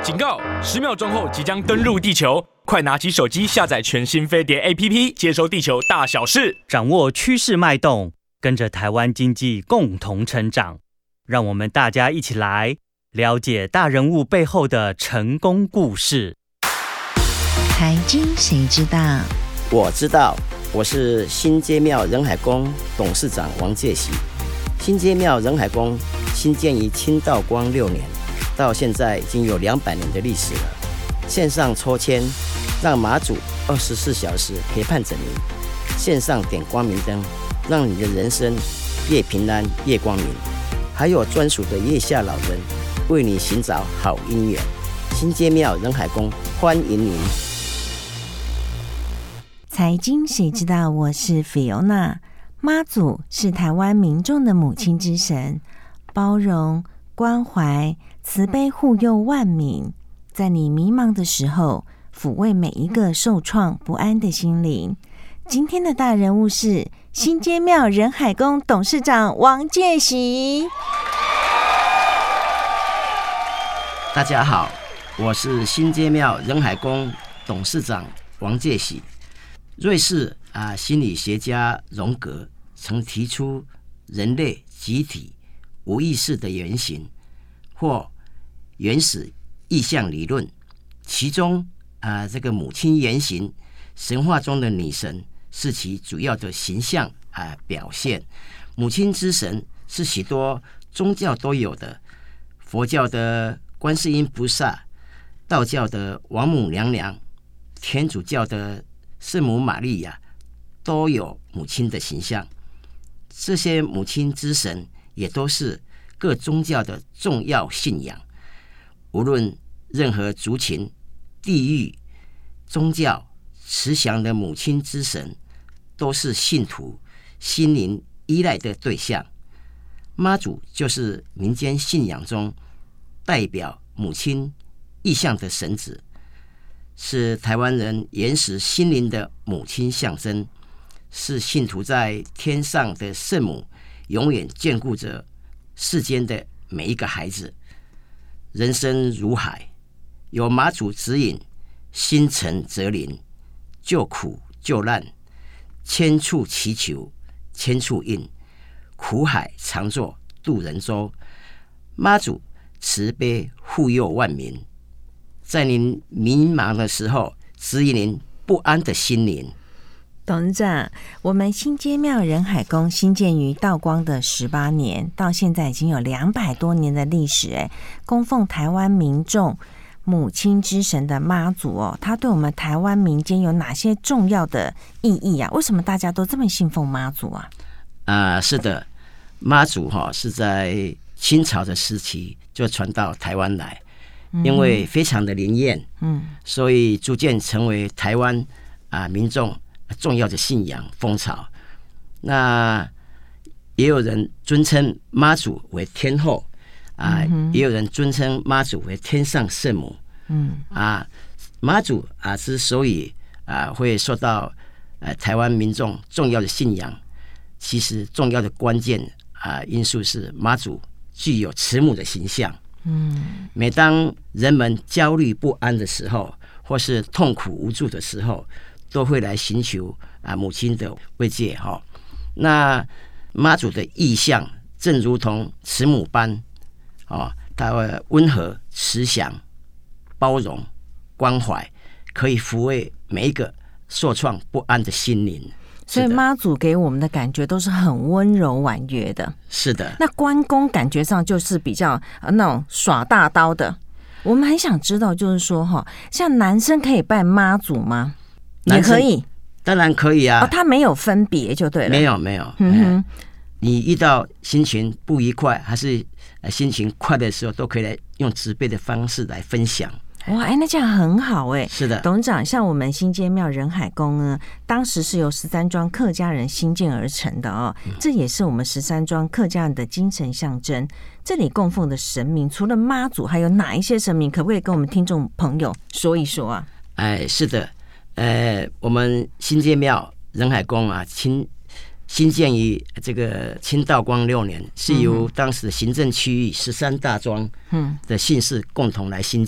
警告！10秒钟后即将登陆地球，快拿起手机下载全新飞碟 APP， 接收地球大小事， 掌握趋势脉动，跟着台湾经济共同成长。让我们大家一起来了解大人物背后的成功故事。 财经谁知道？ 我知道，我是新街庙仁海宫董事长王介喜。新街庙仁海宫新建于清道光6年，到现在已经有200年的历史了。线上抽签，让妈祖24小时陪伴着你；线上点光明灯，让你的人生越平安越光明。还有专属的月下老人，为你寻找好姻缘。新街庙仁海宫欢迎您。 财经谁知道？我是 Fiona。妈祖是台湾民众的母亲之神，包容、关怀、慈悲护佑万民，在你迷茫的时候，抚慰每一个受创不安的心灵。今天的大人物是新街庙仁海宫董事长王介喜。 大家好，我是新街庙仁海宫董事长王介喜。瑞士心理学家荣格曾提出人类集体无意识的原型或原始意象理论，其中这个母亲原型，神话中的女神是其主要的形象表现。母亲之神是许多宗教都有的，佛教的观世音菩萨，道教的王母娘娘，天主教的圣母玛利亚都有母亲的形象。这些母亲之神也都是各宗教的重要信仰。无论任何族群、地域、宗教，慈祥的母亲之神都是信徒心灵依赖的对象。妈祖就是民间信仰中代表母亲意象的神子，是台湾人原始心灵的母亲象征，是信徒在天上的圣母，永远眷顾着世间的每一个孩子。人生如海，有妈祖指引，心诚则灵，救苦救难，千处祈求千处应，苦海常作渡人舟。妈祖慈悲护佑万民，在您迷茫的时候，指引您不安的心灵。 董事长，我们新街庙仁海宫新建于道光的18年，到现在已经有200多年的历史，供奉台湾民众母亲之神的妈祖它对我们台湾民间有哪些重要的意义啊？为什么大家都这么信奉妈祖啊？ 是的，妈祖是在清朝的时期就传到台湾来，因为非常的灵验，所以逐渐成为台湾民众重要的信仰风潮。那也有人尊称妈祖为天后也有人尊称妈祖为天上圣母。妈祖之所以会受到台湾民众重要的信仰，其实重要的关键因素是妈祖具有慈母的形象。每当人们焦虑不安的时候，或是痛苦无助的时候，都会来寻求母亲的慰藉。那妈祖的意象正如同慈母般，她会温和、慈祥、包容、关怀，可以抚慰每一个受创不安的心灵。 所以妈祖给我们的感觉都是很温柔婉约的。 是的。 那关公感觉上就是比较那种耍大刀的。我们很想知道，就是说像男生可以拜妈祖吗？也可以。 当然可以啊。 他没有分别就对了。 没有。你遇到心情不愉快还是心情快乐的时候，都可以来用慈悲的方式来分享。 哇，那这样很好是的， 董事长，像我们新街庙仁海宫呢，当时是由13庄客家人兴建而成的这也是我们13庄客家人的精神象征。这里供奉的神明除了妈祖，还有哪一些神明？可不可以跟我们听众朋友说一说啊？ 是的，我们新街庙仁海宫新建于这个清道光6年，是由当时的行政区域13大庄的姓氏共同来兴建。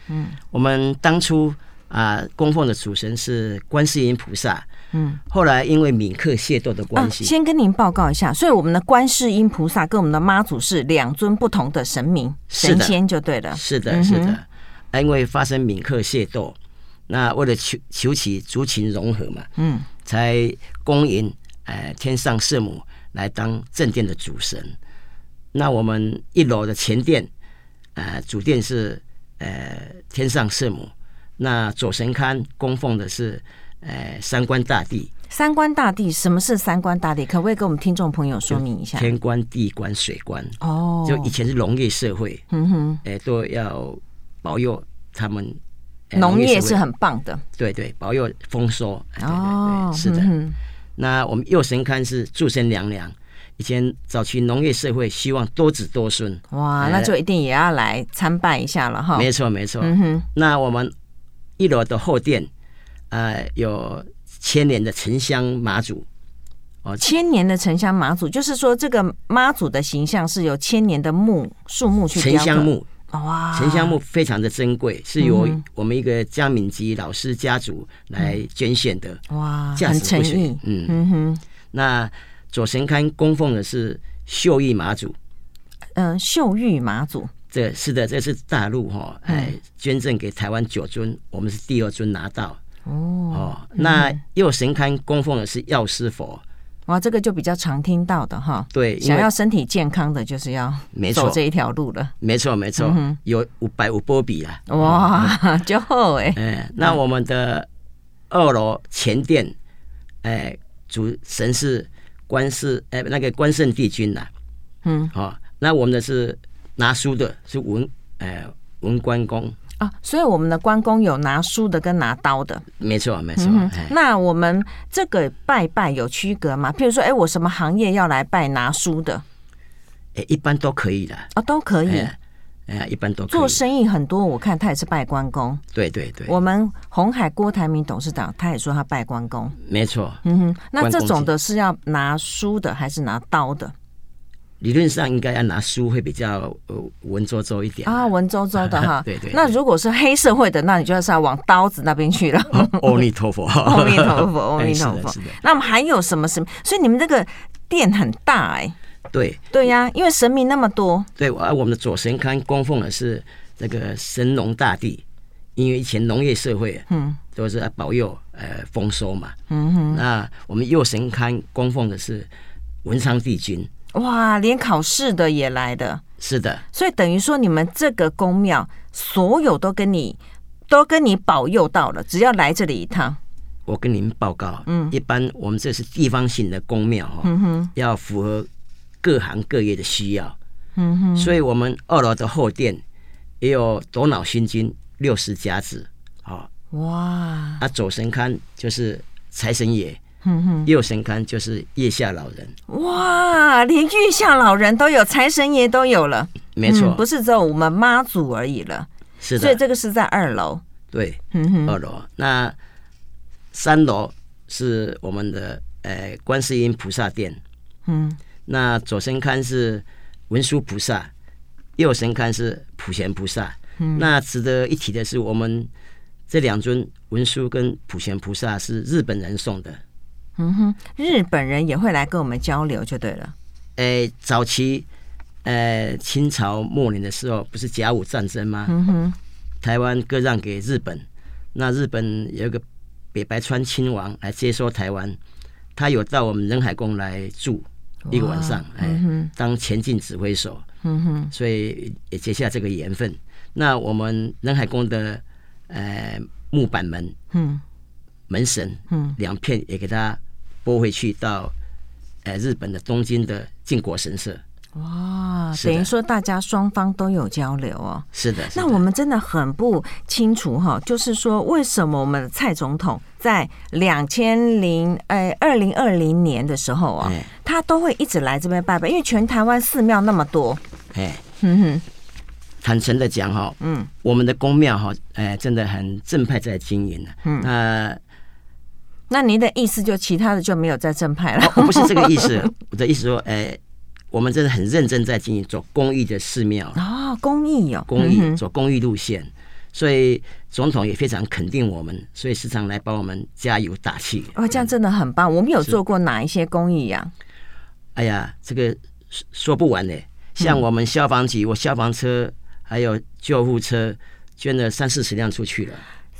我们当初供奉的主神是观世音菩萨。后来因为闽客械斗的关系， 先跟您报告一下，所以我们的观世音菩萨跟我们的妈祖是2尊不同的神明神仙就对了。 是的，是的。因为发生闽客械斗，那为了求其族群融合嘛，才恭迎天上圣母来当正殿的主神。那我们1楼的前殿，主殿是天上圣母，那左神龛供奉的是三官大帝。 三官大帝，什么是三官大帝？可不可以跟我们听众朋友说明一下？ 天官、地官、水官。 哦， 就以前是农业社会，都要保佑他们。 农业是很棒的， 对对，保佑丰收。 哦， 对，是的。那我们右神龛是祝生娘娘。以前早期农业社会希望多子多孙， 哇，那就一定也要来参拜一下了哈。 没错没错。那我们1楼的后殿，有1000年的沉香妈祖。 1000年的沉香妈祖，就是说这个妈祖的形象是由1000年的树木去雕刻。 沉香木， 哇， 沉香木非常的珍贵，是由我们一个江敏吉老师家族来捐献的。哇， 很诚意。 那左神龛供奉的是秀玉妈祖。 秀玉妈祖， 这是的，这是大陆捐赠给台湾9尊，我们是第2尊拿到。那右神龛供奉的是药师佛。 哇，这个就比较常听到的哈。 对， 想要身体健康的，就是要走这一条路了。 没错没错，有550波比啦。 哇，就好那我们的2楼前殿，主神是观圣帝君啦。那我们的是拿书的，是文关公。 所以我们的关公有拿书的跟拿刀的。 没错没错。 那我们这个拜拜有区隔吗？譬如说我什么行业要来拜拿书的？ 一般都可以的。 都可以。 一般都可以。 做生意很多，我看他也是拜关公。 对对对。 我们鸿海郭台铭董事长他也说他拜关公。 没错。 那这种的是要拿书的还是拿刀的？ 理论上应该要拿书会比较文绉绉一点文绉绉的哈。 对对。 那如果是黑社会的，那你就是要往刀子那边去了。 阿弥陀佛， 阿弥陀佛，阿弥陀佛。那么还有什么？所以你们这个殿很大对对呀，因为神明那么多。对， 我们的左神龛供奉的是这个神农大帝，因为以前农业社会都是要保佑丰收嘛。那我们右神龛供奉的是文昌帝君。 哇，连考试的也来的。 是的。 所以等于说你们这个宫庙所有都跟你保佑到了，只要来这里一趟。 我跟您报告，一般我们这是地方性的宫庙要符合各行各业的需要。所以我们2楼的后殿也有斗脑星君60甲子。 哇， 左神龛就是财神爷。右神龛就是月下老人。 哇，连月下老人都有，财神爷都有了。 没错。 不是只有我们妈祖而已了。 是的。 所以这个是在2楼。 对，2楼。那3楼是我们的观世音菩萨殿。那左神龛是文殊菩萨，右神龛是普贤菩萨。那值得一提的是，我们这2尊文殊跟普贤菩萨是日本人送的。 日本人也会来跟我们交流就对了。 早期清朝末年的时候，不是甲午战争吗？台湾割让给日本，那日本有一个北白川亲王来接收台湾，他有到我们仁海宫来住1个晚上，当前进指挥手。所以也结下这个缘分。那我们仁海宫的木板门，门神2片也给他拨回去到日本的东京的靖国神社。哇， 等于说大家双方都有交流哦。 是的。 那我们真的很不清楚就是说为什么我们的蔡总统在2020年的时候他都会一直来这边拜拜，因为全台湾寺庙那么多。 坦诚的讲我们的宫庙真的很正派在经营。 那您的意思就其他的就没有在正派了？ 不是这个意思，我的意思说，我们真的很认真在经营，走公益的寺庙。 公益公益走公益路线。 所以总统也非常肯定我们，所以时常来帮我们加油打气。 这样真的很棒。我们有做过哪一些公益呀？ 哎呀，这个说不完的。像我们消防局，我消防车还有救护车捐了30-40辆出去了。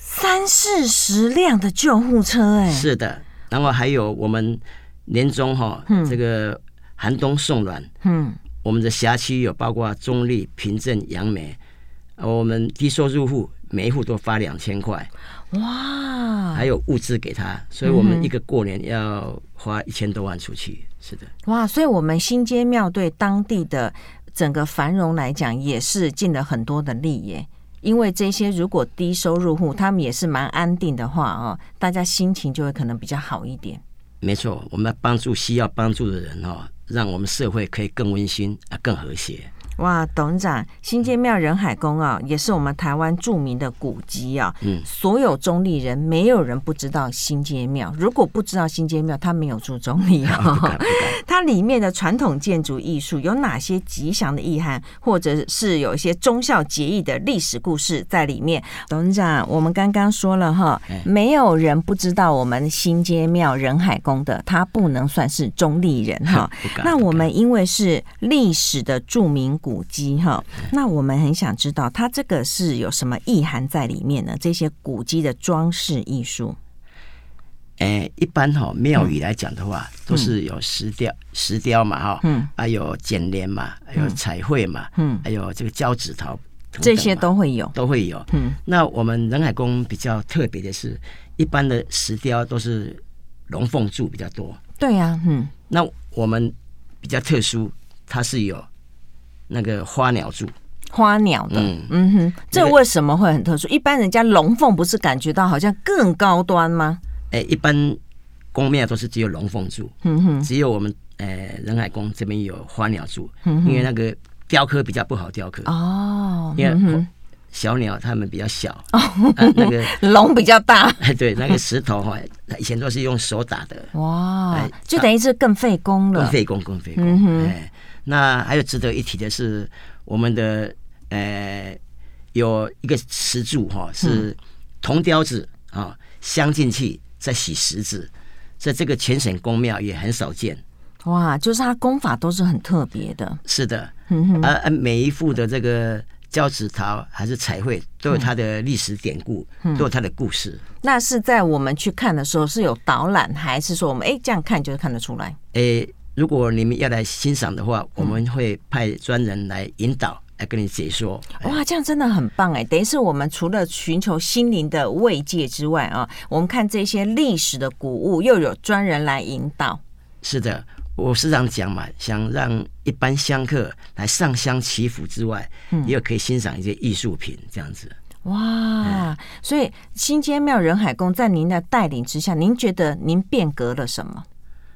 30-40辆的救护车， 是的。然后还有我们年终这个寒冬送暖，我们的辖区有包括中立、平镇、杨梅，我们低收入户每一户都发2000块， 哇！ 还有物资给他，所以我们一个过年要花1000多万出去。是的， 哇！所以我们新街庙对当地的整个繁荣来讲，也是尽了很多的力耶。因为这些如果低收入户他们也是蛮安定的话大家心情就会可能比较好一点。 没错，我们要帮助需要帮助的人让我们社会可以更温馨更和谐。 哇，董事长，新街庙仁海宫也是我们台湾著名的古迹所有中立人没有人不知道新街庙，如果不知道新街庙，他没有住中立它里面的传统建筑艺术有哪些吉祥的意涵，或者是有一些忠孝节义的历史故事在里面？董事长，我们刚刚说了没有人不知道我们新街庙仁海宫的，他不能算是中立人那我们因为是历史的著名古迹那我们很想知道它这个是有什么意涵在里面呢？这些古迹的装饰艺术， 一般庙宇来讲的话，都是有石雕嘛还有剪联嘛，还有彩绘嘛，还有这个交趾陶等等， 这些都会有。 那我们仁海宫比较特别的是，一般的石雕都是龙凤柱比较多。 对呀， 那我们比较特殊，它是有那个花鸟柱， 花鸟的，这为什么会很特殊？一般人家龙凤不是感觉到好像更高端吗？ 一般宫庙都是只有龙凤柱，只有我们仁海宫这边有花鸟柱，因为那个雕刻比较不好雕刻因为小鸟它们比较小，那个龙比较大， 对，那个石头以前都是用手打的， 哇，就等于是更费工了， 更费工。那还有值得一提的是，我们的有一个石柱是铜雕子镶进去再洗石子，在这个全省宫庙也很少见。 哇，就是它工法都是很特别的。 是的，每一幅的这个交趾陶还是彩绘都有它的历史典故，都有它的故事。 那是在我们去看的时候是有导览，还是说我们这样看就看得出来？ 如果你们要来欣赏的话，我们会派专人来引导，来跟你解说。 哇，这样真的很棒等于是我们除了寻求心灵的慰藉之外我们看这些历史的古物，又有专人来引导。 是的，我时常讲嘛，想让一般香客来上香祈福之外，也有可以欣赏一些艺术品这样子。 哇，所以新街庙仁海宫在您的带领之下，您觉得您变革了什么？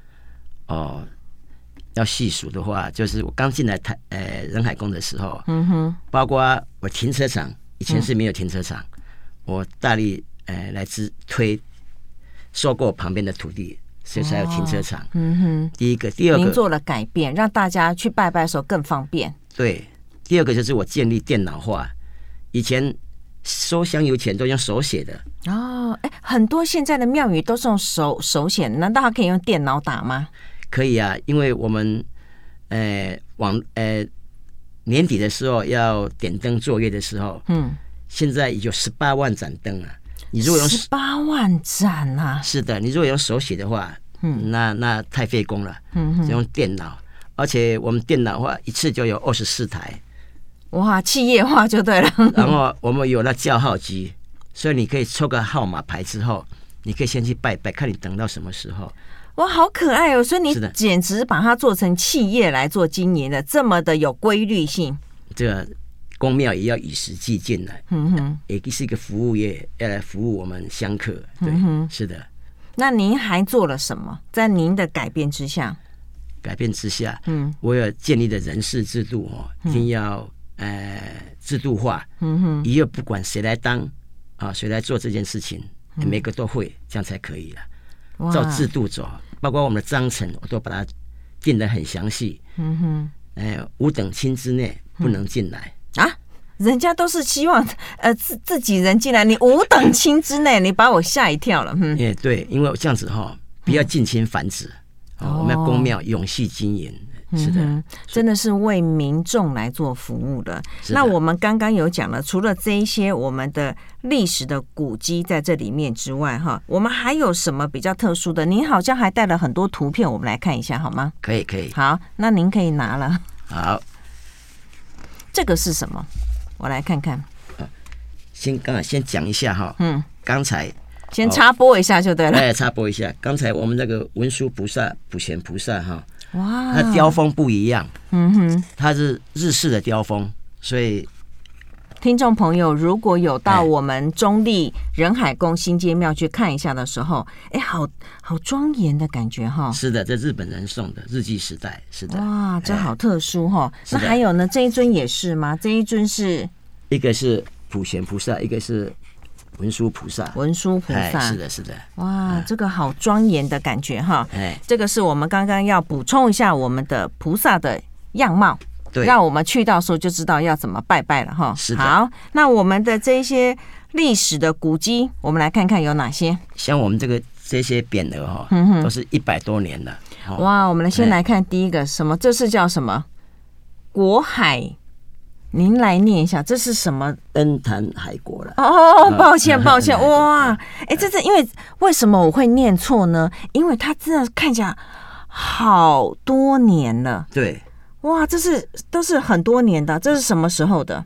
要细数的话，就是我刚进来仁海宫的时候，包括我停车场以前是没有停车场，我大力来推收购旁边的土地，所以才有停车场。第一个，第二个， 您做了改变，让大家去拜拜的时候更方便。 对，第二个就是我建立电脑化，以前收香油钱都用手写的很多现在的庙宇都是用手写，难道还可以用电脑打吗？ 可以啊，因为我们年底的时候要点灯作业的时候，现在有18万盏灯啊。你如果用 18万盏啊？ 是的，你如果用手写的话，那太费工了，就用电脑，而且我们电脑化一次就有24台。 哇，企业化就对了。 然后我们有那叫号机，所以你可以抽个号码牌之后，你可以先去拜拜，看你等到什么时候。 哇，好可爱所以你简直把它做成企业来做经营的，这么的有规律性。 这个宫庙也要与时俱进来，也是一个服务业，要来服务我们香客。对，是的。 那您还做了什么？在您的改变之下， 我有建立的人事制度一定要制度化，以后不管谁来当谁来做这件事情，每个都会，这样才可以了。照制度走，包括我们的章程，我都把它定得很详细。5等亲之内不能进来人家都是希望自己人进来，你5等亲之内，你把我吓一跳了。 对，因为这样子不要近亲繁殖，我们要公庙永续经营。是的， 真的是为民众来做服务的。那我们刚刚有讲了，除了这一些我们的历史的古迹在这里面之外，我们还有什么比较特殊的？您好像还带了很多图片，我们来看一下好吗？ 可以。 好，那您可以拿了。 好， 这个是什么？我来看看。 先讲一下刚才先插播一下就对了。 插播一下，刚才我们那个文殊菩萨、普贤菩萨哇， 它雕风不一样，它是日式的雕风，所以听众朋友如果有到我们中坜仁海宫新街庙去看一下的时候，好庄严的感觉是的，这日本人送的，日据时代，是的。 哇，这好特殊那还有呢？这一尊也是吗？这一尊是一个是普贤菩萨，一个是文殊菩萨。是的。 哇，这个好庄严的感觉这个是我们刚刚要补充一下我们的菩萨的样貌，对，让我们去到时候就知道要怎么拜拜了是的。 好，那我们的这些历史的古迹，我们来看看有哪些。 像我们这些匾额都是100多年了。 哇，我们先来看第一个，什么？这是叫什么？国海。您来念一下，这是什么？ 恩潭海国了。 抱歉。哇，这是因为什么我会念错呢？因为它真的看起来好多年了。 对， 哇，都是很多年的。这是什么时候的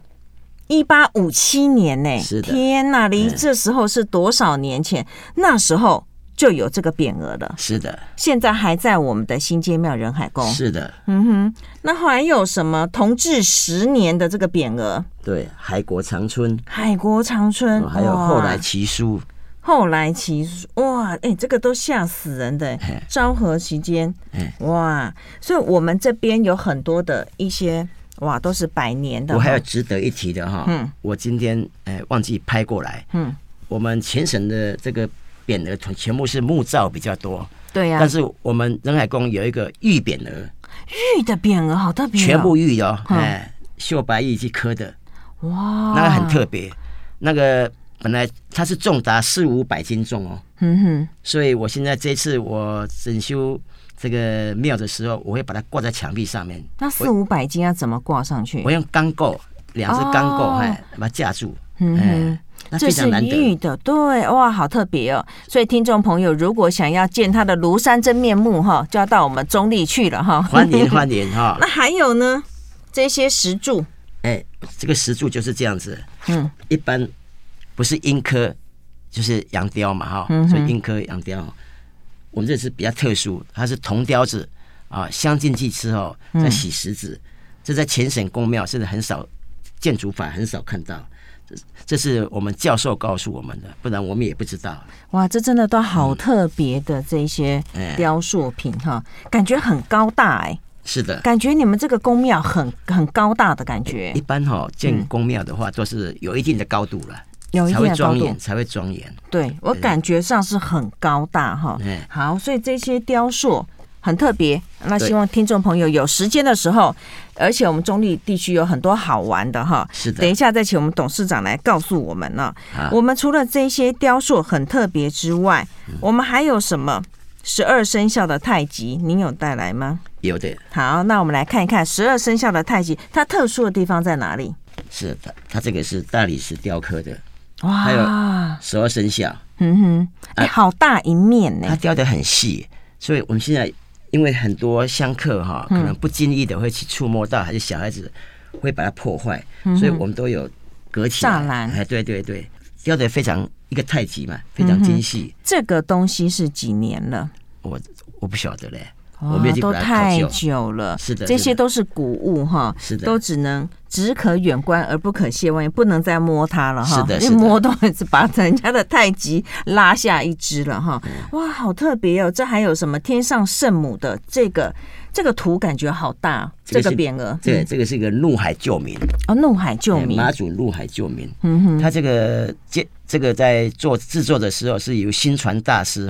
？1857年呢？ 是的。 天哪，离这时候是多少年前？那时候就有这个匾额了。 是的， 现在还在我们的新街庙仁海宫。 是的。 那还有什么同治10年的这个匾额？ 对，海国长春。 还有后来奇书。 哇，这个都吓死人的。昭和期间，哇，所以我们这边有很多的一些哇，都是100年的。 我还有值得一提的我今天忘记拍过来。我们全省的这个匾额全部是木造比较多。 对呀。 但是我们仁海宫有一个玉匾额。 玉的匾额好特别。 全部玉的秀白玉去刻的。 哇， 那个很特别。那个本来它是重达400-500斤重所以我现在这次我整修这个庙的时候，我会把它挂在墙壁上面。 那400-500斤要怎么挂上去？ 我用钢构，2只钢构把它架住。 这是玉的，对，哇，好特别哦！所以听众朋友，如果想要见他的庐山真面目就要到我们中坜去了欢迎那还有呢？这些石柱， 这个石柱就是这样子。一般不是阴刻就是羊雕嘛所以阴刻羊雕。我们这是比较特殊，它是铜雕子镶进去之后再洗石子。这在全省宫庙是很少，建筑法很少看到。这是我们教授告诉我们的，不然我们也不知道。 哇，这真的都好特别的这些雕塑品感觉很高大是的， 感觉你们这个宫庙很高大的感觉。 一般建宫庙的话，都是有一定的高度了， 有一定的高度才会庄严。 对，我感觉上是很高大好，所以这些雕塑很特别。那希望听众朋友有时间的时候，而且我们中坜地区有很多好玩的是的。 等一下再请我们董事长来告诉我们呢。我们除了这些雕塑很特别之外，我们还有什么12生肖的太极？您有带来吗？ 有的。 好，那我们来看一看12生肖的太极，它特殊的地方在哪里？ 是的，它这个是大理石雕刻的。 哇， 还有12生肖。 好大一面呢。 它雕得很细，所以我们现在因为很多香客可能不经意的会去触摸到，还是小孩子会把它破坏，所以我们都有隔起来栅栏。 对，雕得非常一个太极嘛，非常精细。 这个东西是几年了？ 我不晓得嘞。我们都太久了。 是的， 这些都是古物是的， 都只可远观而不可亵玩，不能再摸它了是的， 一摸都是把人家的太极拉下一只了哇，好特别哦！这还有什么天上圣母的这个图，感觉好大。这个匾额， 对，这个是一个怒海救民怒海救民， 妈祖怒海救民。他这个在制作的时候是由新传大师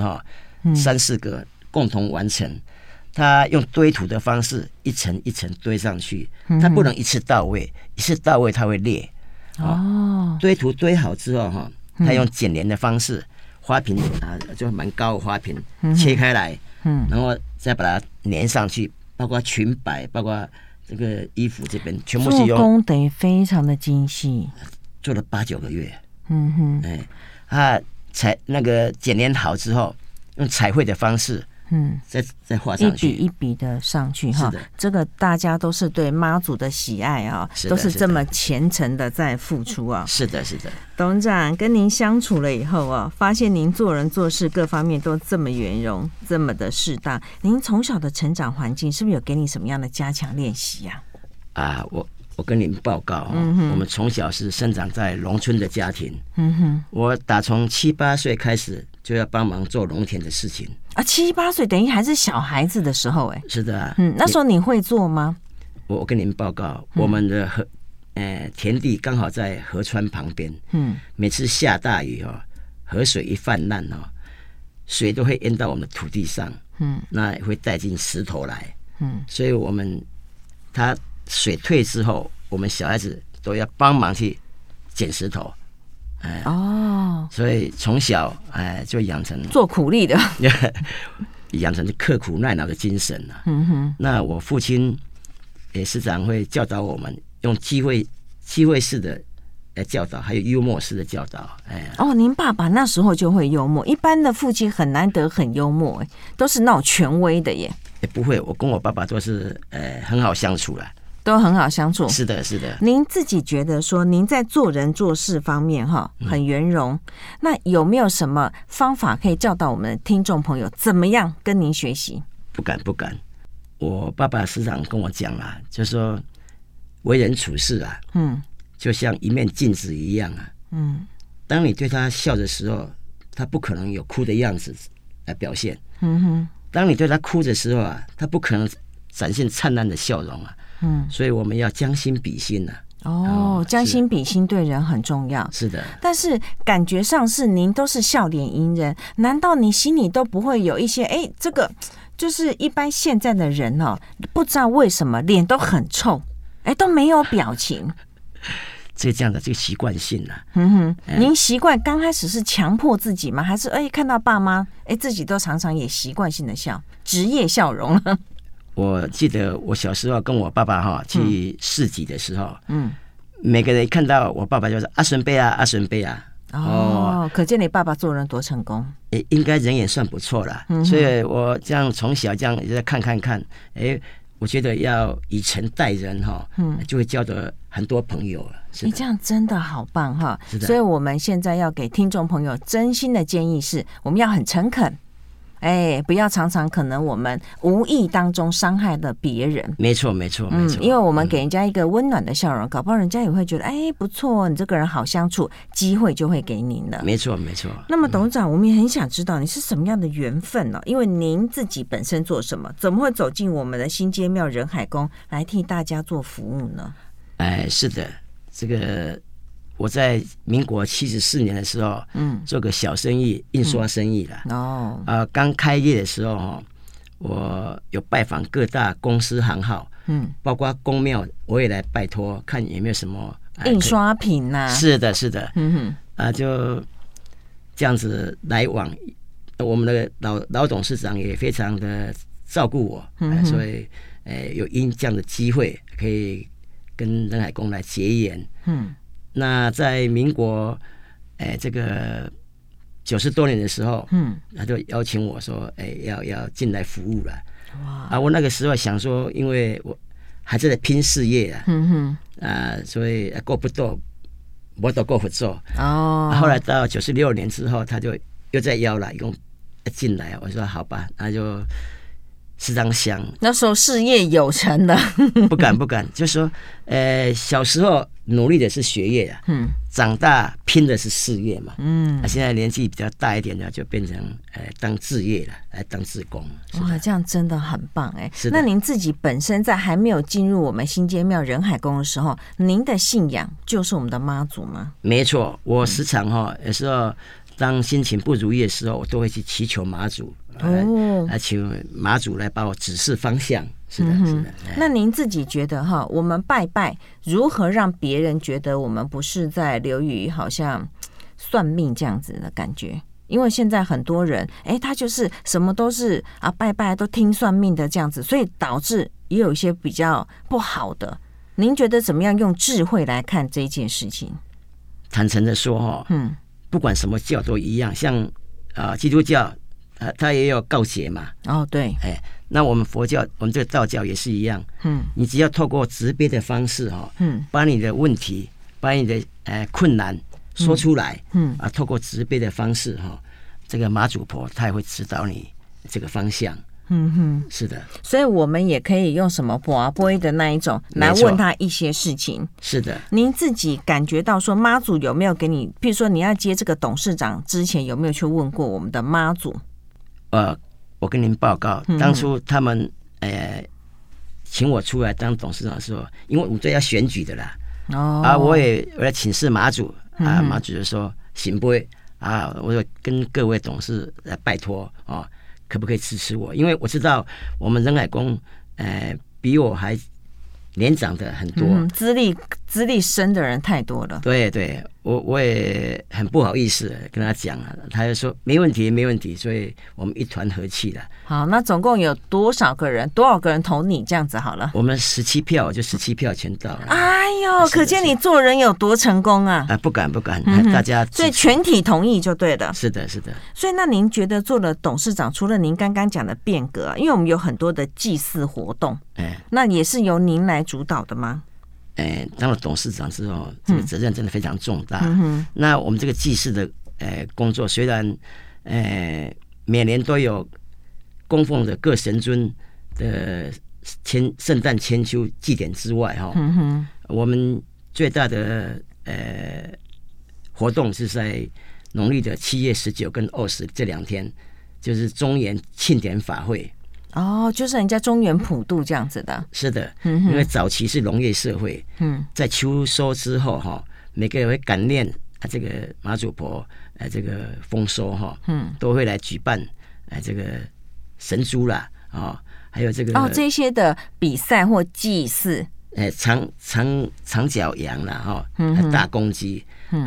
3-4个共同完成。他用堆土的方式一层一层堆上去，他不能一次到位，一次到位它会裂， 堆土堆好之后哈，他用剪连的方式，花瓶就蛮高的花瓶切开来，然后再把它粘上去，包括裙摆，包括这个衣服这边全部是用做工得非常的精细， 做了8、9个月。那个剪连好之后，用彩绘的方式，再画上去， 一笔一笔的上去哈。这个大家都是对妈祖的喜爱啊，都是这么虔诚的在付出啊。 是的，是的。 董事长跟您相处了以后啊，发现您做人做事各方面都这么圆融，这么的适当。您从小的成长环境是不是有给你什么样的加强练习啊？ 我跟你们报告我们从小是生长在农村的家庭。我打从7、8岁开始就要帮忙做农田的事情啊。7、8岁等于还是小孩子的时候， 是的啊。 那时候你会做吗？ 我跟你们报告，我们的田地刚好在河川旁边。每次下大雨河水一泛滥水都会淹到我们的土地上。那也会带进石头来。所以它水退之后，我们小孩子都要帮忙去捡石头。所以从小就养成做苦力的养成刻苦耐劳的精神了。那我父亲也时常会教导我们，用机会式的教导，还有幽默式的教导。 您爸爸那时候就会幽默，一般的父亲很难得很幽默，都是那种权威的耶。 不会，我跟我爸爸都是很好相处啦， 都很好相处。 是的，是的。 您自己觉得说您在做人做事方面很圆融，那有没有什么方法可以教导我们的听众朋友怎么样跟您学习？ 不敢。我爸爸时常跟我讲啦，就是说为人处事就像一面镜子一样当你对他笑的时候，他不可能有哭的样子来表现。当你对他哭的时候他不可能展现灿烂的笑容所以我们要将心比心将心比心对人很重要。 是的。 但是感觉上是您都是笑脸迎人，难道你心里都不会有一些这个就是一般现在的人不知道为什么脸都很臭，都没有表情。 这样的这个习惯性您习惯刚开始是强迫自己吗？还是看到爸妈自己都常常也习惯性的笑，职业笑容了？ 我记得我小时候跟我爸爸去市集的时候，每个人看到我爸爸就说阿孙辈啊，阿孙辈啊。 可见你爸爸做人多成功。 应该人也算不错啦。所以我这样从小这样在看，我觉得要以诚待人就会交得很多朋友了。 你这样真的好棒所以我们现在要给听众朋友真心的建议是，我们要很诚恳，不要常常可能我们无意当中伤害了别人。 没错。 因为我们给人家一个温暖的笑容，搞不好人家也会觉得不错，你这个人好相处，机会就会给您了。 没错。 那么董事长，我们也很想知道你是什么样的缘分因为您自己本身做什么，怎么会走进我们的新街庙仁海宫来替大家做服务呢？ 是的，这个我在民国74年的时候，做个小生意，印刷生意了。刚开业的时候我有拜访各大公司行号，包括公庙，我也来拜托看有没有什么印刷品是的，就这样子来往。我们的老董事长也非常的照顾我，所以有因这样的机会可以跟仁海宫来结缘。那在民国这个90多年的时候，他就邀请我说要进来服务了。我那个时候想说，因为我还在拼事业所以够不到我都够不做。后来到96年之后，他就又再邀了，一共进来。我说好吧，那就时常想， 那时候事业有成的。 不敢，就是说小时候努力的是学业长大拼的是事业嘛。现在年纪比较大一点的，就变成当志业了，来当志工。 哇，这样真的很棒那您自己本身在还没有进入我们新街庙仁海宫的时候，您的信仰就是我们的妈祖吗？ 没错，我时常有时候当心情不如意的时候，我都会去祈求妈祖请妈祖来帮我指示方向。是的，是的。 那您自己觉得哈，我们拜拜如何让别人觉得我们不是在流于好像算命这样子的感觉？因为现在很多人，他就是什么都是啊，拜拜都听算命的这样子，所以导致也有一些比较不好的。您觉得怎么样用智慧来看这一件事情？ 坦诚的说不管什么教都一样，像基督教它也有告解嘛。 对， 那我们佛教，我们这个道教也是一样。你只要透过慈悲的方式把你的问题，把你的困难说出来，透过慈悲的方式这个妈祖婆她也会指导你这个方向。是的。 所以我们也可以用什么跋杯的那一种来问他一些事情。 是的。 您自己感觉到说妈祖有没有给你，譬如说你要接这个董事长之前，有没有去问过我们的妈祖？ 我跟您报告，当初他们请我出来当董事长的时候，因为我这要选举的啦，我来请示妈祖妈祖就说行不会我就跟各位董事来拜托可不可以支持我？因为我知道我们仁海宫比我还年长的很多，资历深的人太多了。对对，我也很不好意思跟他讲他就说没问题没问题，所以我们一团和气了。 好，那总共有多少个人投你这样子好了？ 我们17票，就17票全到了。 哎呦，可见你做人有多成功啊！ 不敢，大家所以全体同意就对了。 是的，是的。所以那您觉得做了董事长，除了您刚刚讲的变革因为我们有很多的祭祀活动，那也是由您来主导的吗？ 当了董事长之后，这个责任真的非常重大。那我们这个祭祀的工作，虽然每年都有供奉的各神尊的圣诞、千秋祭典之外我们最大的活动是在农历的7月19跟20这2天，就是中元庆典法会。 就是人家中元普渡这样子的。 是的，因为早期是农业社会，在秋收之后每个人会感念这个妈祖婆这个丰收都会来举办这个神猪啦还有这个这些的比赛或祭祀， 长角羊啦大公鸡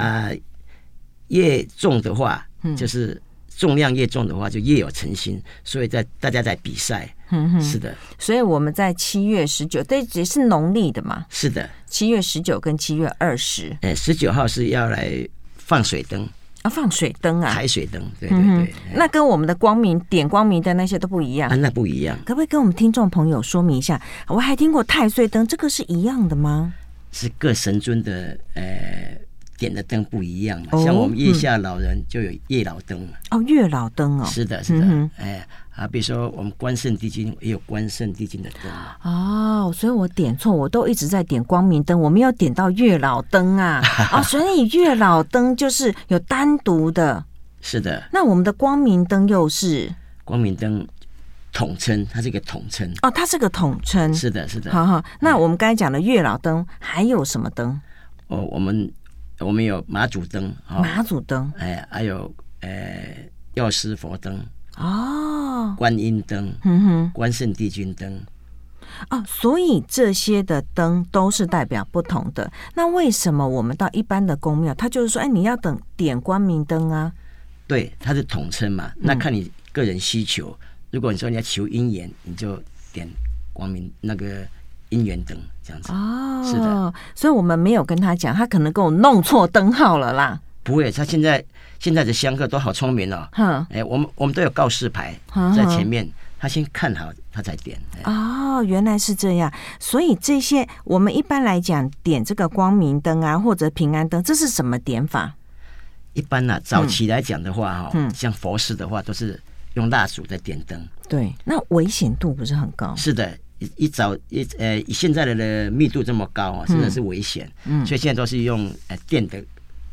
越重的话就是重量越重的话就越有诚心，所以大家在比赛。是的。 所以我们在7月19，这也是农历的嘛？ 是的。 7月19跟7月20。 19号是要来放水灯。 放水灯啊？抬水灯，对对对。 那跟我们的点光明灯那些都不一样。 那不一样。 可不可以跟我们听众朋友说明一下？我还听过太岁灯，这个是一样的吗？ 是各神尊的点的灯不一样嘛，像我们月下老人就有月老灯月老灯是的，是的。比如说我们关圣帝君也有关圣帝君的灯所以我点错，我都一直在点光明灯，我没有点到月老灯所以月老灯就是有单独的。 是的。 那我们的光明灯又是？ 光明灯统称，它是一个统称它是个统称。 是的，是的。 好，那我们刚才讲的月老灯还有什么灯？ 我们有妈祖灯， 妈祖灯， 还有药师佛灯，观音灯，关圣帝君灯。 所以这些的灯都是代表不同的。那为什么我们到一般的宫庙，他就是说，你要点光明灯啊？ 对，它是统称嘛，那看你个人需求。如果你说你要求姻缘，你就点光明那个姻缘灯这样子。是的。 所以我们没有跟他讲，他可能跟我弄错灯号了啦。 不会，他现在的香客都好聪明我们都有告示牌在前面，他先看好他才点。 原来是这样。所以这些我们一般来讲点这个光明灯或者平安灯，这是什么点法？ 一般早期来讲的话像佛寺的话都是用蜡烛在点灯。 对，那危险度不是很高？ 是的。以现在的密度这么高真的是危险。所以现在都是用电的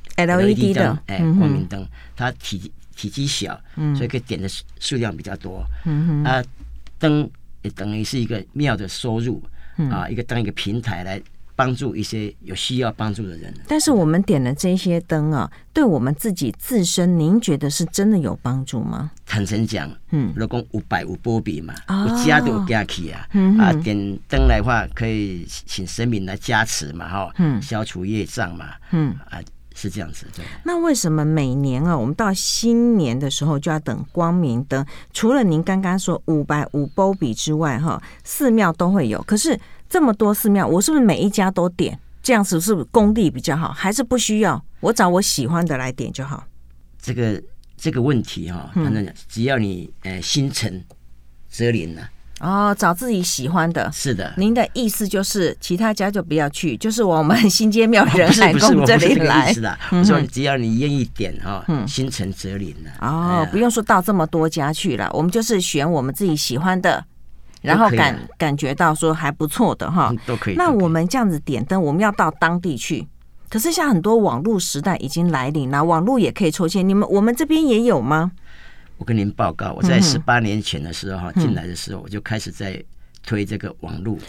LED 灯光明灯，它体积小，所以可以点的数量比较多。灯也等于是一个庙的收入一个当一个平台来帮助一些有需要帮助的人。 但是我们点了这些灯啊，对我们自己自身，您觉得是真的有帮助吗？ 坦诚讲，如果有拜有保庇嘛，有家都有家去啊，点灯来的话可以请神明来加持嘛，消除业障嘛，是这样子。对。 那为什么每年啊，我们到新年的时候就要等光明灯？除了您刚刚说550波比之外，寺庙都会有。可是这么多寺庙，我是不是每一家都点？这样子是不是功力比较好？还是不需要？我找我喜欢的来点就好。 这个问题反正只要你心诚则灵了。 找自己喜欢的。 是的。 您的意思就是其他家就不要去，就是我们新街庙仁海宫这里来。 是的，我说只要你愿意点心诚则灵了。 不用说到这么多家去了，我们就是选我们自己喜欢的，然后感觉到说还不错的都可以。 那我们这样子点灯，我们要到当地去。可是像很多网络时代已经来临了，网络也可以抽签，我们这边也有吗？ 我跟您报告，我在18年前的时候进来的时候，我就开始在推这个网络。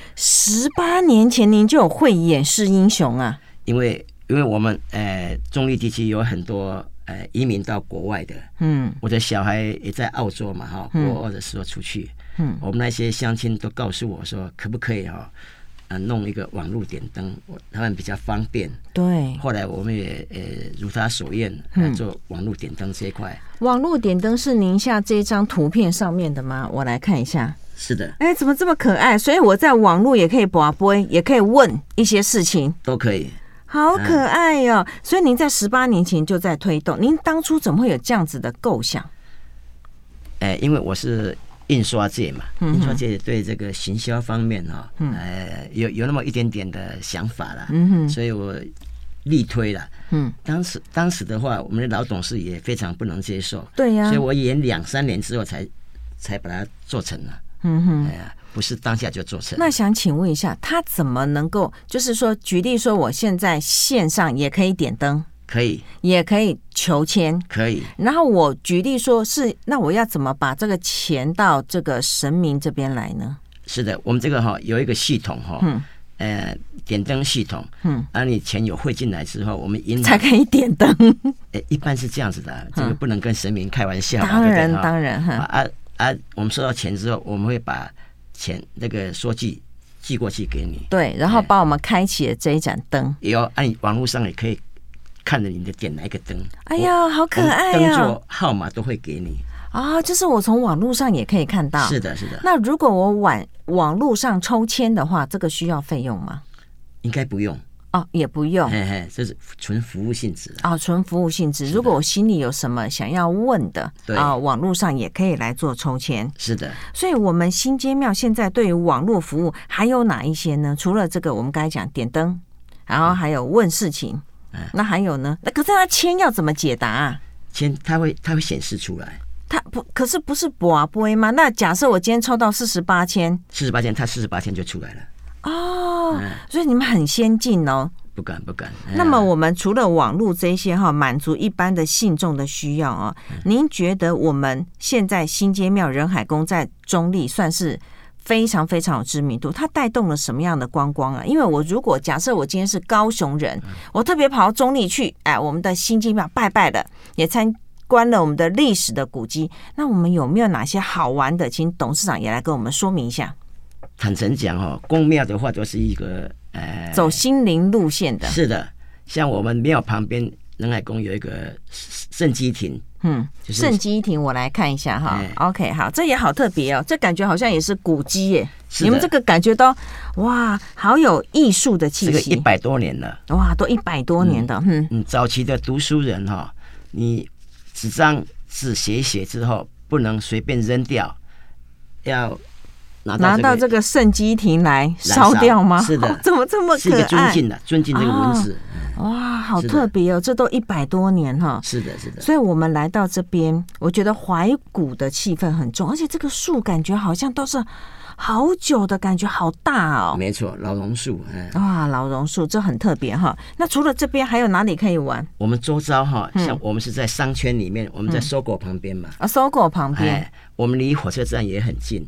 18年前您就有慧眼识英雄啊？ 因为我们中立地区有很多移民到国外的，我的小孩也在澳洲嘛，国二的时候出去，我们那些乡亲都告诉我说，可不可以弄一个网络点灯，他们比较方便。 对。 后来我们也如他所愿做网络点灯这一块。 网络点灯是您下这张图片上面的吗？我来看一下。 是的。 怎么这么可爱？所以我在网络也可以拔杯，也可以问一些事情， 都可以。 好可爱哦！所以您在18年前就在推动，您当初怎么会有这样子的构想？ 因为我是印刷界嘛，印刷界对这个行销方面有那么一点点的想法啦，所以我力推了。当时的话，我们的老董事也非常不能接受， 对呀， 所以我演2-3年之后才把它做成了。不是当下就做成。 那想请问一下，他怎么能够，就是说，举例说，我现在线上也可以点灯， 可以， 也可以求签， 可以。 然后我举例说是，那我要怎么把这个钱到这个神明这边来呢？ 是的，我们这个有一个系统点灯系统，你钱有汇进来之后，我们银行才可以点灯。 一般是这样子的，这个不能跟神明开玩笑。 当然，当然我们收到钱之后，我们会把钱那个收据寄过去给你， 对，然后帮我们开启了这一盏灯。 你网络上也可以看着你的点哪一个灯。 哎呀，好可爱灯座号码都会给你就是我从网络上也可以看到。 是的，是的。 那如果我网络上抽签的话，这个需要费用吗？ 应该不用。 也不用， 这是纯服务性质纯服务性质。如果我心里有什么想要问的网络上也可以来做抽签。 是的。所以我们新街庙现在对于网络服务还有哪一些呢？除了这个我们刚才讲点灯，然后还有问事情，那还有呢？可是他签要怎么解答啊？ 签它会显示出来。 可是不是拔杯吗？那假设我今天抽到48签， 它48签就出来了。 所以你们很先进哦。 不敢。 那么我们除了网络这些满足一般的信众的需要您觉得我们现在新街庙仁海宫在中立算是非常非常有知名度，它带动了什么样的观光啊？因为我如果假设我今天是高雄人，我特别跑到中立去，我们的新街庙拜拜了，也参观了我们的历史的古迹，那我们有没有哪些好玩的？请董事长也来跟我们说明一下。 坦诚讲宫庙的话都是一个走心灵路线的。 是的，像我们庙旁边仁海宫有一个圣基亭， 圣基亭我来看一下OK， 好，这也好特别哦，这感觉好像也是古迹耶。你们这个感觉都哇，好有艺术的气息。 这个100多年了， 哇，都100多年的。 早期的读书人你纸张字写一写之后，不能随便扔掉，要拿到这个圣基亭来烧掉吗？ 是的， 怎么这么可爱？ 是一个尊敬这个文字。 哇，好特别哦！这都100多年是的。 所以我们来到这边，我觉得怀古的气氛很重，而且这个树感觉好像都是好久的感觉，好大哦。 没错，老榕树。 老榕树这很特别那除了这边还有哪里可以玩？ 我们周遭像我们是在商圈里面，我们在搜狗旁边嘛。 搜狗旁边， 我们离火车站也很近。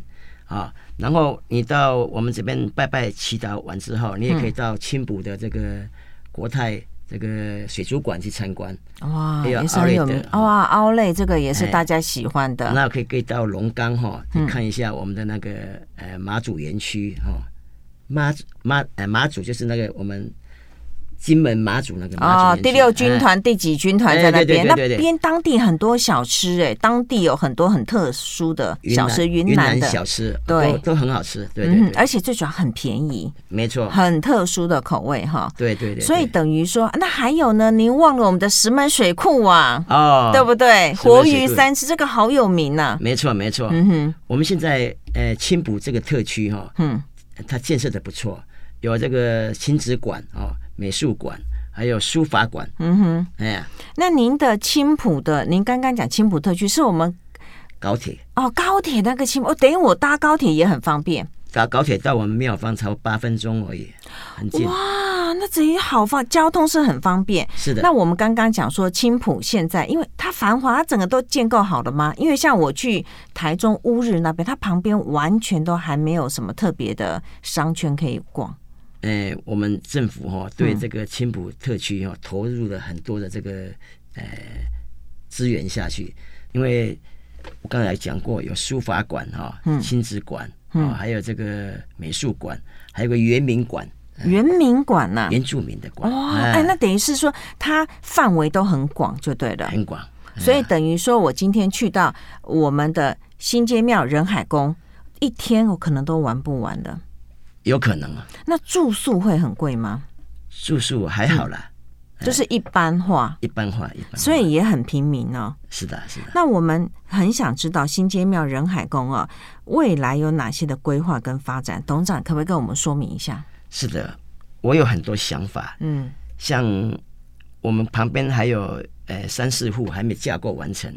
啊。然后你到我们这边拜拜祈祷完之后，你也可以到青埔的这个国泰这个水族馆去参观。 哇，也是很有名哇！奥莱这个也是大家喜欢的。 那可以到龙岗哈，看一下我们的那个马祖园区哈。马祖就是那个我们金门马祖那个马祖第6军团、第几军团在那边？ 那边当地很多小吃当地有很多很特殊的小吃，云南的小吃， 对， 都很好吃，对， 而且最主要很便宜， 没错， 很特殊的口味哈， 对， 所以等于说，那还有呢？您忘了我们的石门水库啊？对不对？活鱼3吃这个好有名啊， 没错，我们现在青埔这个特区哈，它建设的不错，有这个亲子馆美术馆，还有书法馆。 那您的青埔的，您刚刚讲青埔特区是我们高铁高铁那个青埔等于我搭高铁也很方便。 高铁到我们妙方才8分钟而已，很近。 哇，那这也好交通是很方便。 是的。 那我们刚刚讲说青埔现在，因为它繁华，它整个都建构好了吗？因为像我去台中乌日那边，它旁边完全都还没有什么特别的商圈可以逛。 我们政府对这个青埔特区投入了很多的这个资源下去，因为我刚才讲过有书法馆亲子馆还有这个美术馆，还有个原民馆。 原民馆呐， 原住民的馆。 那等于是说它范围都很广就对了， 很广。 所以等于说我今天去到我们的新街庙仁海宫，一天我可能都玩不完的。 有可能啊。 那住宿会很贵吗？ 住宿还好啦， 就是一般化，所以也很平民哦。 是的。 那我们很想知道新街庙仁海宫未来有哪些的规划跟发展？董事长可不可以跟我们说明一下？ 是的，我有很多想法。像我们旁边还有3、4户还没架构完成。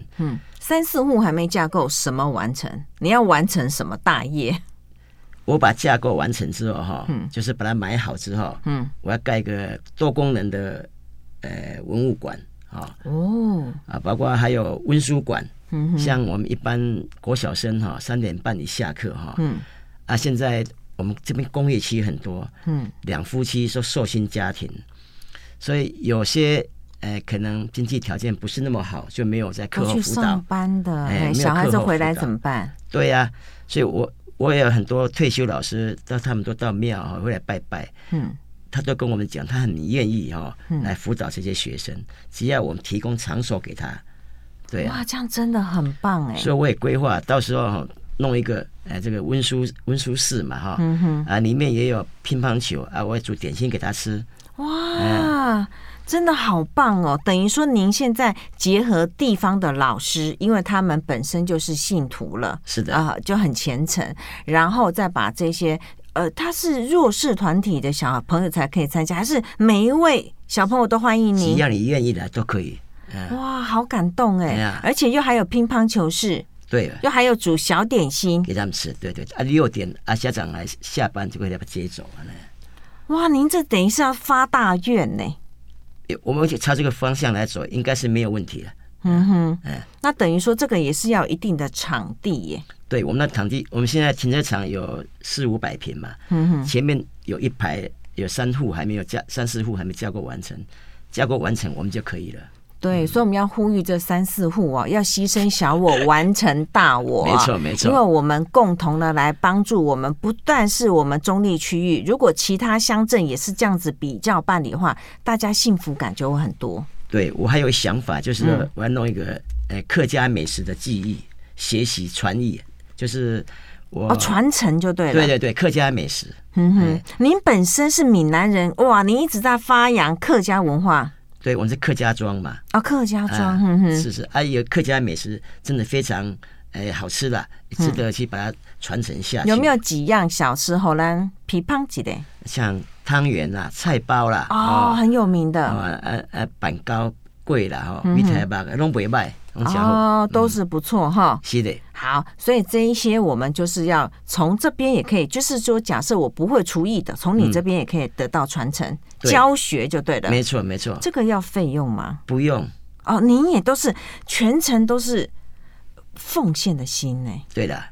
3、4户还没架构，什么完成？你要完成什么大业？ 我把架构完成之后就是把它买好之后我要盖一个多功能的文物馆包括还有温书馆。像我们一般国小生3点半你下课现在我们这边工业区很多2夫妻说受薪家庭，所以有些可能经济条件不是那么好，就没有在课后辅导。 去上班的小孩子回来怎么办？ 对呀，所以我也有很多退休老师，他们都到庙会来拜拜。他都跟我们讲，他很愿意来辅导这些学生，只要我们提供场所给他。对啊， 哇，这样真的很棒所以我也规划到时候弄一个这个温书室嘛里面也有乒乓球我也煮点心给他吃。 哇，真的好棒哦！等于说您现在结合地方的老师，因为他们本身就是信徒了， 是的就很虔诚，然后再把这些他是弱势团体的小朋友才可以参加，还是每一位小朋友都欢迎您？ 只要你愿意的都可以。 哇，好感动而且又还有乒乓球室， 对， 又还有煮小点心给他们吃，对6点家长来下班就会把他接走了。 哇，您这等于是要发大愿呢。 我们朝这个方向来走，应该是没有问题的。 那等于说这个也是要有一定的场地耶。 对，我们的场地，我们现在停车场有400-500平嘛。前面有一排有3户还没有3、4户还没架构完成，架构完成我们就可以了。 对，所以我们要呼吁这3、4户要牺牲小我，完成大我。 没错， 因为我们共同的来帮助我们，不但是我们中立区域，如果其他乡镇也是这样子比较办理的话，大家幸福感就会很多。 对，我还有想法，就是我要弄一个客家美食的记忆、学习、传艺，就是我传承就对了。 对，客家美食。 您本身是闽南人，哇，您一直在发扬客家文化。 对，我们是客家庄嘛。 客家庄， 是，有客家美食真的非常好吃的，值得去把它传承下去。 有没有几样小吃后来批判几的？ 像汤圆啦、菜包啦， 很有名的。 板糕粿啦，米苔包拢不歹， 都是不错哈。 是的。 好，所以这一些我们就是要从这边也可以，就是说，假设我不会厨艺的，从你这边也可以得到传承、教学就对了。 没错。 这个要费用吗？ 不用。 您也都是全程都是奉献的心呢。 对的。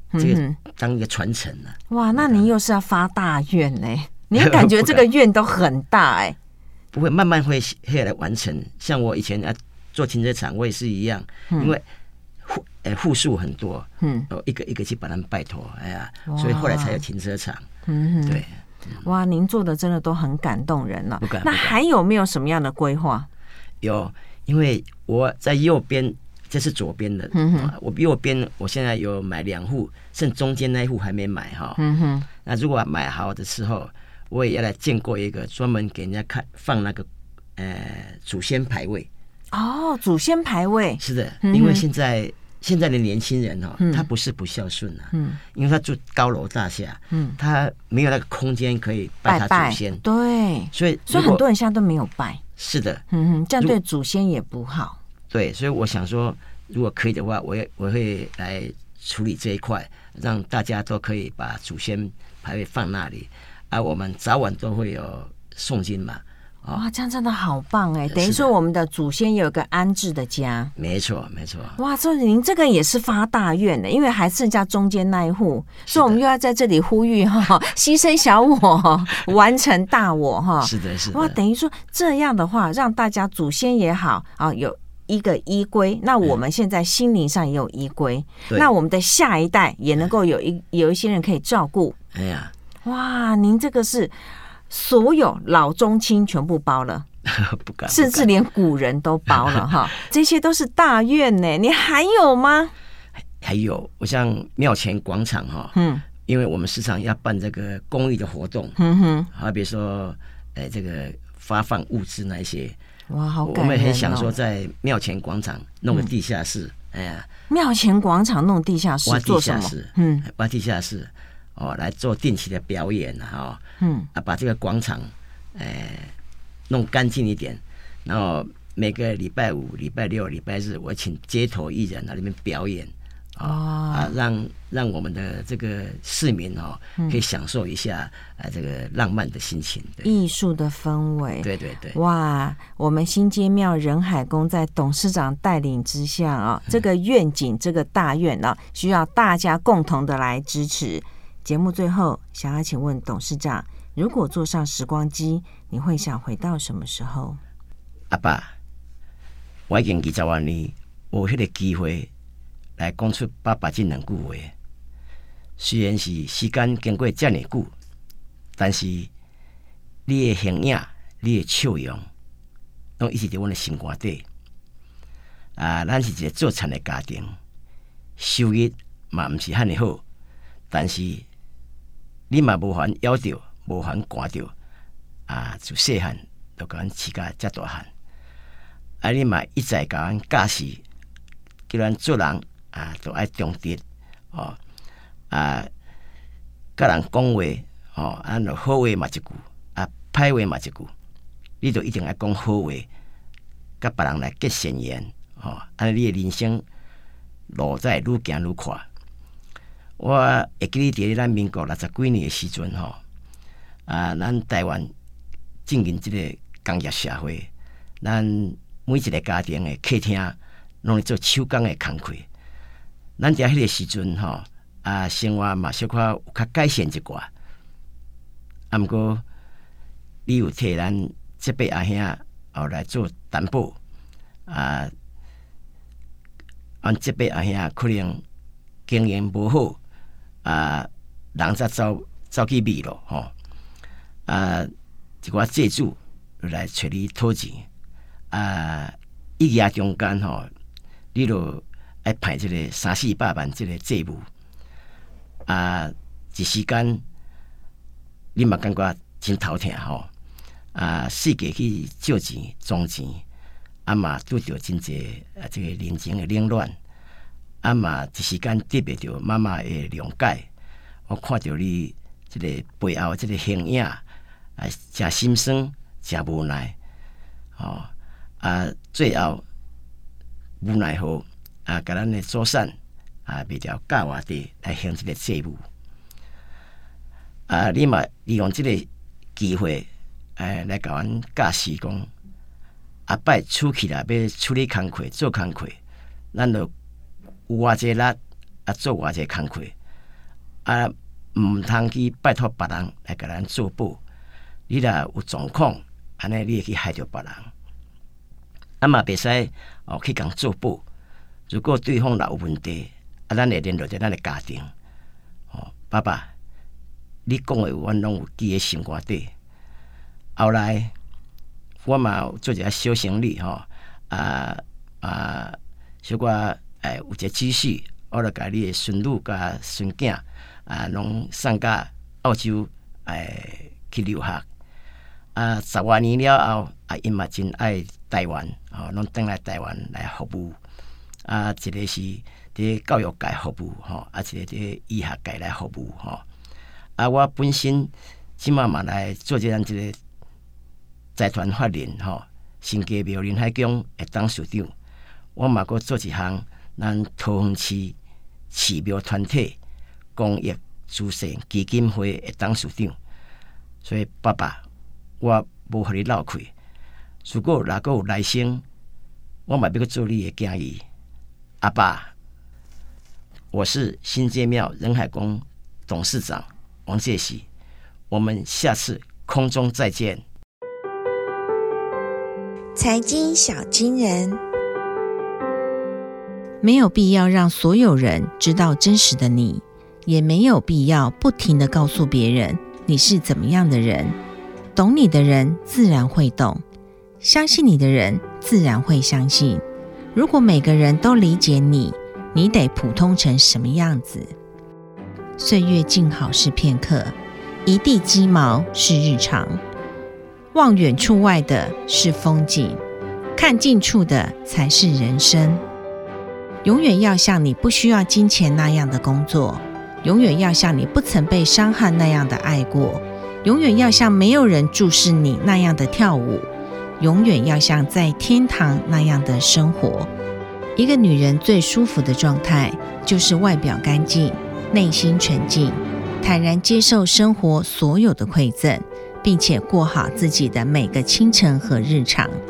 这个当一个传承啊。 哇，那您又是要发大愿呢？您感觉这个愿都很大哎。 不会，慢慢会来完成。像我以前做停车场，我也是一样，因为户数很多，一个一个去把他们拜托，哎呀，所以后来才有停车场。对。 哇，您做的真的都很感动人了。 不敢。 那还有没有什么样的规划？ 有，因为我在右边，这是左边的，我右边我现在有买2户，剩中间那一户还没买哈。那如果买好的时候，我也要来建构一个专门给人家看放那个祖先牌位。 哦，祖先牌位是的，因为现在的年轻人他不是不孝顺啊，因为他住高楼大厦，他没有那个空间可以拜他祖先， 对， 所以很多人现在都没有拜。 是的， 这样对祖先也不好。 对，所以我想说，如果可以的话，我会来处理这一块，让大家都可以把祖先牌位放那里。我们早晚都会有诵经嘛。 哇，这样真的好棒哎！等于说我们的祖先有一个安置的家。 没错，没错。 哇，所以您这个也是发大愿的，因为还剩下中间那一户，所以我们又要在这里呼吁牺牲小我，完成大我哈。 是的，是的。 哇，等于说这样的话，让大家祖先也好有一个依归，那我们现在心灵上也有依归，那我们的下一代也能够有一些人可以照顾。 哎呀。 哇，您这个是所有老中青全部包了， 不敢， 甚至连古人都包了哈，这些都是大愿呢。你还有吗？ 还有，我像庙前广场哈，因为我们时常要办这个公益的活动，好比说，这个发放物资那一些， 哇，好感人哦。 我们很想说在庙前广场弄个地下室，哎呀， 庙前广场弄地下室做什么？ 挖地下室。来做定期的表演把这个广场弄干净一点，然后每个礼拜5、礼拜6、礼拜日，我请街头艺人来那边表演让我们的这个市民可以享受一下这个浪漫的心情， 艺术的氛围。 对对对。 哇，我们新街庙仁海宫在董事长带领之下这个愿景，这个大愿需要大家共同的来支持。节目最后，想要请问董事长，如果坐上时光机，你会想回到什么时候？ 阿爸，我已经20多年有迄个机会来讲出爸爸这2句话。虽然是时间经过这么久，但是你的形影、你的笑容，拢一直在我的心肝底。咱是一个做田的家庭，收入嘛不是很好，但是你嘛无烦枵着，无烦寒着，自细汉就甲阮饲甲遮大汉，你嘛一再甲阮教示，叫咱做人都爱忠直甲人讲话咱就好话嘛一句，歹话嘛一句，你就一定爱讲好话，甲别人来结善缘安尼你的人生路才愈行愈快。我会记得伫咱民国60几年的时阵咱台湾进入这个工业社会，咱每一个家庭的客厅拢咧做手工的工课，咱伫迄个时阵生活嘛小可有较改善一寡，毋过你有替咱这辈阿兄来做担保阮这辈阿兄可能经验无好。人才走去秘咯一寡债主来找你讨钱一夜中间你就爱派这个300-400万这个债务一时间你嘛感觉真头痛世界去借钱装钱嘛拄着真济这个人情的冷暖。嘛，一时间得不到妈妈的谅解，我看到你这个背后这个形影，真心酸，真无奈，最后无奈何，甲咱的祖产未了教外地来还这个债务，你嘛利用这个机会，来甲阮教示讲，下摆出去啦，要处理工课，做工课，咱就。有偌济力做偌济工课啊，唔通去拜托别人来给咱做保。你若有状况，安尼你会去害着别人，啊嘛袂使去共做保。如果对方若有问题，啊，咱会联络着咱的家庭。爸爸，你讲的阮拢有记喺心肝底。后来我嘛有做一下小生意小可有一个积蓄，我就甲你的孙女甲孙囝拢送到澳洲去留学。10多年了后，因嘛真爱台湾，拢转来台湾来服务。一个是伫教育界服务，一个伫医学界来服务。我本身即马嘛来做咱这个财团法人新家庙林海宫的董事长。我嘛阁做一项咱桃园市寺庙团体公益慈善基金会的董事长。所以爸爸，我无互你落开。如果若阁有来生，我嘛要阁做你的囝儿。阿爸，我是新街庙仁海宫董事长王介喜，我们下次空中再见。 财经小金人，没有必要让所有人知道真实的你，也没有必要不停地告诉别人你是怎么样的人。懂你的人自然会懂，相信你的人自然会相信。如果每个人都理解你，你得普通成什么样子？岁月静好是片刻，一地鸡毛是日常。望远处外的是风景，看近处的才是人生。永远要像你不需要金钱那样的工作，永远要像你不曾被伤害那样的爱过，永远要像没有人注视你那样的跳舞，永远要像在天堂那样的生活。一个女人最舒服的状态，就是外表干净，内心纯净，坦然接受生活所有的馈赠，并且过好自己的每个清晨和日常。